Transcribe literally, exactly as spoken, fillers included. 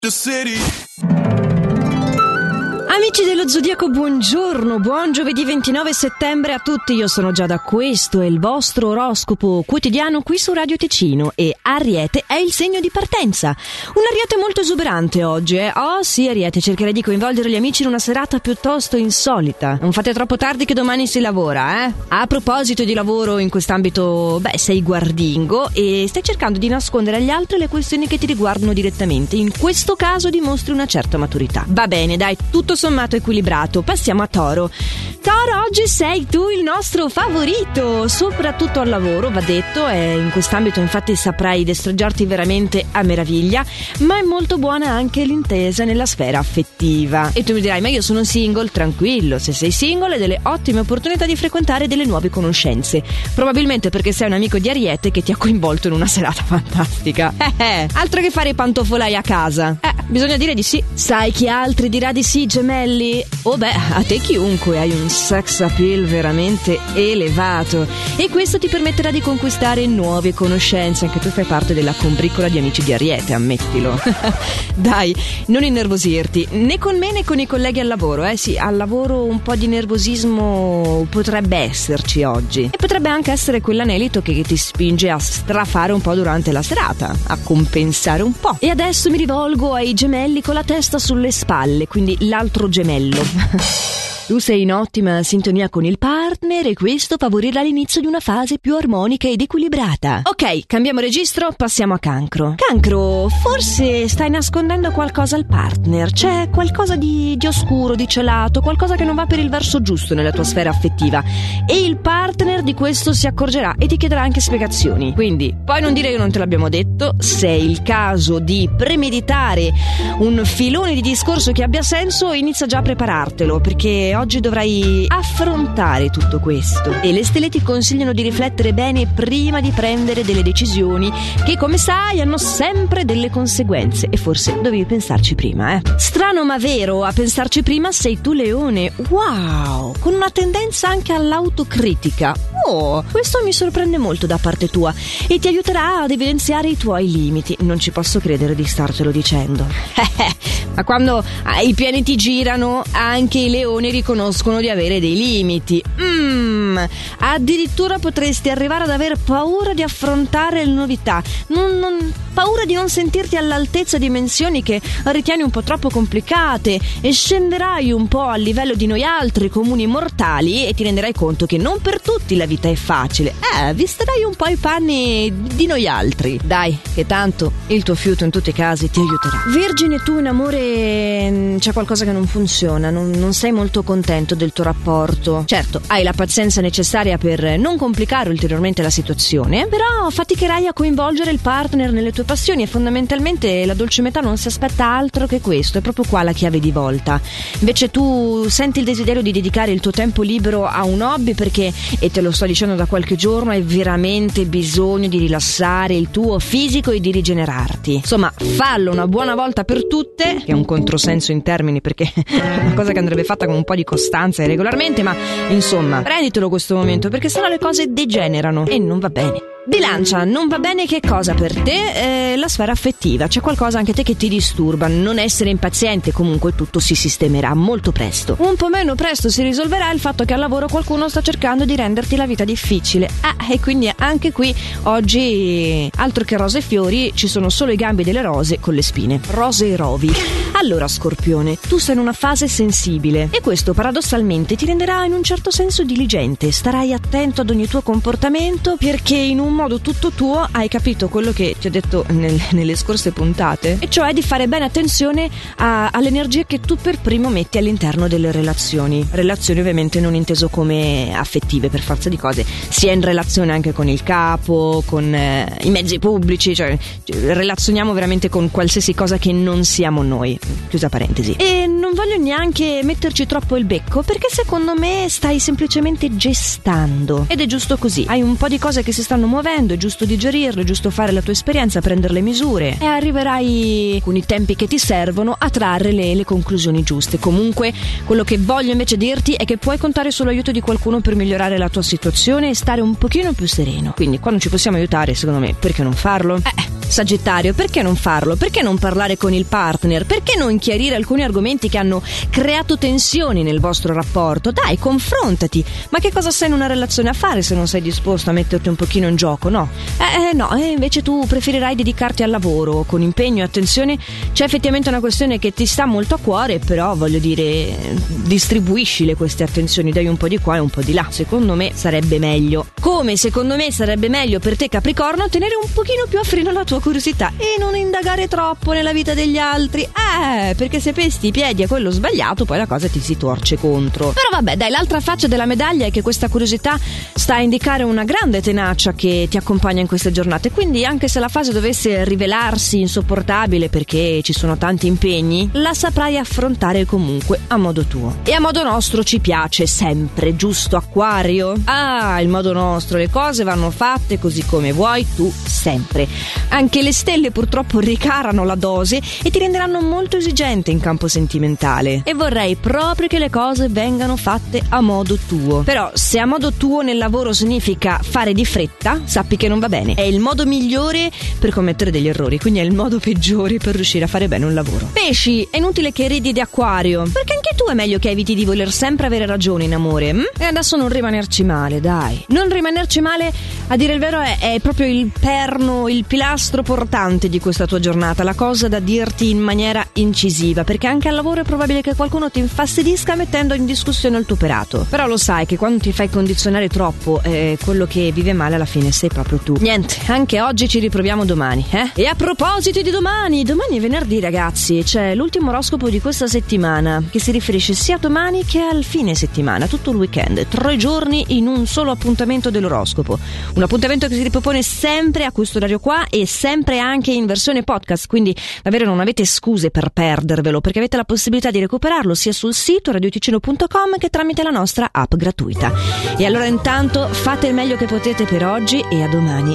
Amici dello Zodiaco, buongiorno, buon giovedì ventinove settembre a tutti. Io sono Giada, questo è il vostro oroscopo quotidiano qui su Radio Ticino e Ariete è il segno di partenza. Un Ariete molto esuberante oggi, eh? Oh sì, Ariete, cercherei di coinvolgere gli amici in una serata piuttosto insolita. Non fate troppo tardi che domani si lavora, eh? A proposito di lavoro in quest'ambito, beh, sei guardingo e stai cercando di nascondere agli altri le questioni che ti riguardano direttamente. In questo caso dimostri una certa maturità. Va bene, dai, tutto sommato equilibrato. Passiamo a Toro. Toro, oggi sei tu il nostro favorito, soprattutto al lavoro, va detto, e in quest'ambito infatti saprai destreggiarti veramente a meraviglia, ma è molto buona anche l'intesa nella sfera affettiva. E tu mi dirai, ma io sono single? Tranquillo, se sei single hai delle ottime opportunità di frequentare delle nuove conoscenze, probabilmente perché sei un amico di Ariete che ti ha coinvolto in una serata fantastica. Eh eh, altro che fare i pantofolai a casa. Eh, bisogna dire di sì. Sai chi altri dirà di sì, gemelli? Oh beh, a te chiunque, hai un sex appeal veramente elevato e questo ti permetterà di conquistare nuove conoscenze. Anche tu fai parte della combriccola di amici di Ariete, ammettilo. Dai, non innervosirti né con me né con i colleghi al lavoro. Eh sì, al lavoro un po' di nervosismo potrebbe esserci oggi e potrebbe anche essere quell'anelito che ti spinge a strafare un po' durante la serata, a compensare un po'. E adesso mi rivolgo ai gemelli con la testa sulle spalle, quindi l'altro gemello. Tu sei in ottima sintonia con il partner e questo favorirà l'inizio di una fase più armonica ed equilibrata. Ok, cambiamo registro, passiamo a Cancro. Cancro, forse stai nascondendo qualcosa al partner. C'è qualcosa di, di oscuro, di celato, qualcosa che non va per il verso giusto nella tua sfera affettiva e il partner di questo si accorgerà e ti chiederà anche spiegazioni. Quindi, poi non dire che non te l'abbiamo detto. Se è il caso di premeditare un filone di discorso che abbia senso, inizia già a preparartelo, perché oggi dovrai affrontare tutto questo e le stelle ti consigliano di riflettere bene prima di prendere delle decisioni che, come sai, hanno sempre delle conseguenze e forse dovevi pensarci prima, eh. Strano ma vero, a pensarci prima sei tu, Leone. Wow, con una tendenza anche all'autocritica. Oh, questo mi sorprende molto da parte tua e ti aiuterà ad evidenziare i tuoi limiti. Non ci posso credere di startelo dicendo. Ma quando i pianeti girano, anche i leoni riconoscono di avere dei limiti. Mm, addirittura potresti arrivare ad aver paura di affrontare le novità, non, non, paura di non sentirti all'altezza di dimensioni che ritieni un po' troppo complicate e scenderai un po' al livello di noi altri comuni mortali e ti renderai conto che non per tutti la vita è facile. Eh, visterai un po' i panni di noi altri. Dai, che tanto il tuo fiuto in tutti i casi ti aiuterà. Vergine, tu in amore c'è qualcosa che non funziona, non, non sei molto contento del tuo rapporto. Certo, hai la pazienza necessaria per non complicare ulteriormente la situazione, però faticherai a coinvolgere il partner nelle tue passioni e fondamentalmente la dolce metà non si aspetta altro che questo. È proprio qua la chiave di volta. Invece tu senti il desiderio di dedicare il tuo tempo libero a un hobby perché, e te lo sto dicendo da qualche giorno, hai veramente bisogno di rilassare il tuo fisico e di rigenerarti. Insomma, fallo una buona volta per tutte, che è un controsenso in termini perché è una cosa che andrebbe fatta con un po' di costanza e regolarmente, ma insomma, prenditelo questo momento perché sennò le cose degenerano e non va bene. Bilancia, non va bene che cosa per te? Eh, la sfera affettiva. C'è qualcosa anche te che ti disturba. Non essere impaziente, comunque tutto si sistemerà molto presto. Un po' meno presto si risolverà il fatto che al lavoro qualcuno sta cercando di renderti la vita difficile. Ah, e quindi anche qui oggi altro che rose e fiori, ci sono solo i gambi delle rose con le spine. Rose e rovi. Allora, Scorpione, tu sei in una fase sensibile e questo paradossalmente ti renderà in un certo senso diligente. Starai attento ad ogni tuo comportamento perché in un modo tutto tuo hai capito quello che ti ho detto nel, nelle scorse puntate, e cioè di fare bene attenzione a, all'energia che tu per primo metti all'interno delle relazioni. Relazioni ovviamente non inteso come affettive per forza di cose, sia in relazione anche con il capo, con eh, i mezzi pubblici, cioè relazioniamo veramente con qualsiasi cosa che non siamo noi. Chiusa parentesi. E non voglio neanche metterci troppo il becco perché secondo me stai semplicemente gestando ed è giusto così. Hai un po' di cose che si stanno muovendo, è giusto digerirlo, è giusto fare la tua esperienza, prendere le misure e arriverai con i tempi che ti servono a trarre le, le conclusioni giuste. Comunque quello che voglio invece dirti è che puoi contare sull'aiuto di qualcuno per migliorare la tua situazione e stare un pochino più sereno. Quindi quando ci possiamo aiutare, secondo me, perché non farlo? Eh Sagittario, perché non farlo? Perché non parlare con il partner? Perché non chiarire alcuni argomenti che hanno creato tensioni nel vostro rapporto? Dai, confrontati. Ma che cosa sei in una relazione a fare se non sei disposto a metterti un pochino in gioco, no? Eh, eh no, e invece tu preferirai dedicarti al lavoro con impegno e attenzione. C'è effettivamente una questione che ti sta molto a cuore, però voglio dire, distribuiscile queste attenzioni, dai un po' di qua e un po' di là. Secondo me sarebbe meglio. Come secondo me sarebbe meglio per te, Capricorno, tenere un pochino più a freno la tua curiosità e non indagare troppo nella vita degli altri. Eh, perché se pesti i piedi a quello sbagliato, poi la cosa ti si torce contro. Però vabbè, dai, l'altra faccia della medaglia è che questa curiosità sta a indicare una grande tenacia che ti accompagna in queste giornate. Quindi anche se la fase dovesse rivelarsi insopportabile perché ci sono tanti impegni, la saprai affrontare comunque a modo tuo. E a modo nostro ci piace sempre, giusto, Acquario? Ah, il modo nostro, le cose vanno fatte così come vuoi tu sempre. Anche le stelle purtroppo ricarano la dose e ti renderanno molto esigente in campo sentimentale. E vorrei proprio che le cose vengano fatte a modo tuo. Però se a modo tuo nel lavoro significa fare di fretta, sappi che non va bene. È il modo migliore per commettere degli errori, quindi è il modo peggiore per riuscire a fare bene un lavoro. Pesci, è inutile che ridi di Acquario, perché anche tu è meglio che eviti di voler sempre avere ragione in amore, hm? E adesso non rimanerci male, dai. Non rimanerci male, a dire il vero, è, è proprio il perno, il pilastro portante di questa tua giornata, la cosa da dirti in maniera incisiva, perché anche al lavoro è probabile che qualcuno ti infastidisca mettendo in discussione il tuo operato. Però lo sai che quando ti fai condizionare troppo, eh, quello che vive male alla fine sei proprio tu. Niente, anche oggi ci riproviamo domani, eh? E a proposito di domani, domani è venerdì, ragazzi, c'è l'ultimo oroscopo di questa settimana, che si riferisce sia a domani che al fine settimana, tutto il weekend, tre giorni in un solo appuntamento dell'oroscopo. Un appuntamento che si ripropone sempre a questo orario qua e sempre anche in versione podcast, quindi davvero non avete scuse per perdervelo, perché avete la possibilità di recuperarlo sia sul sito radio ticino punto com che tramite la nostra app gratuita. E allora intanto fate il meglio che potete per oggi e a domani.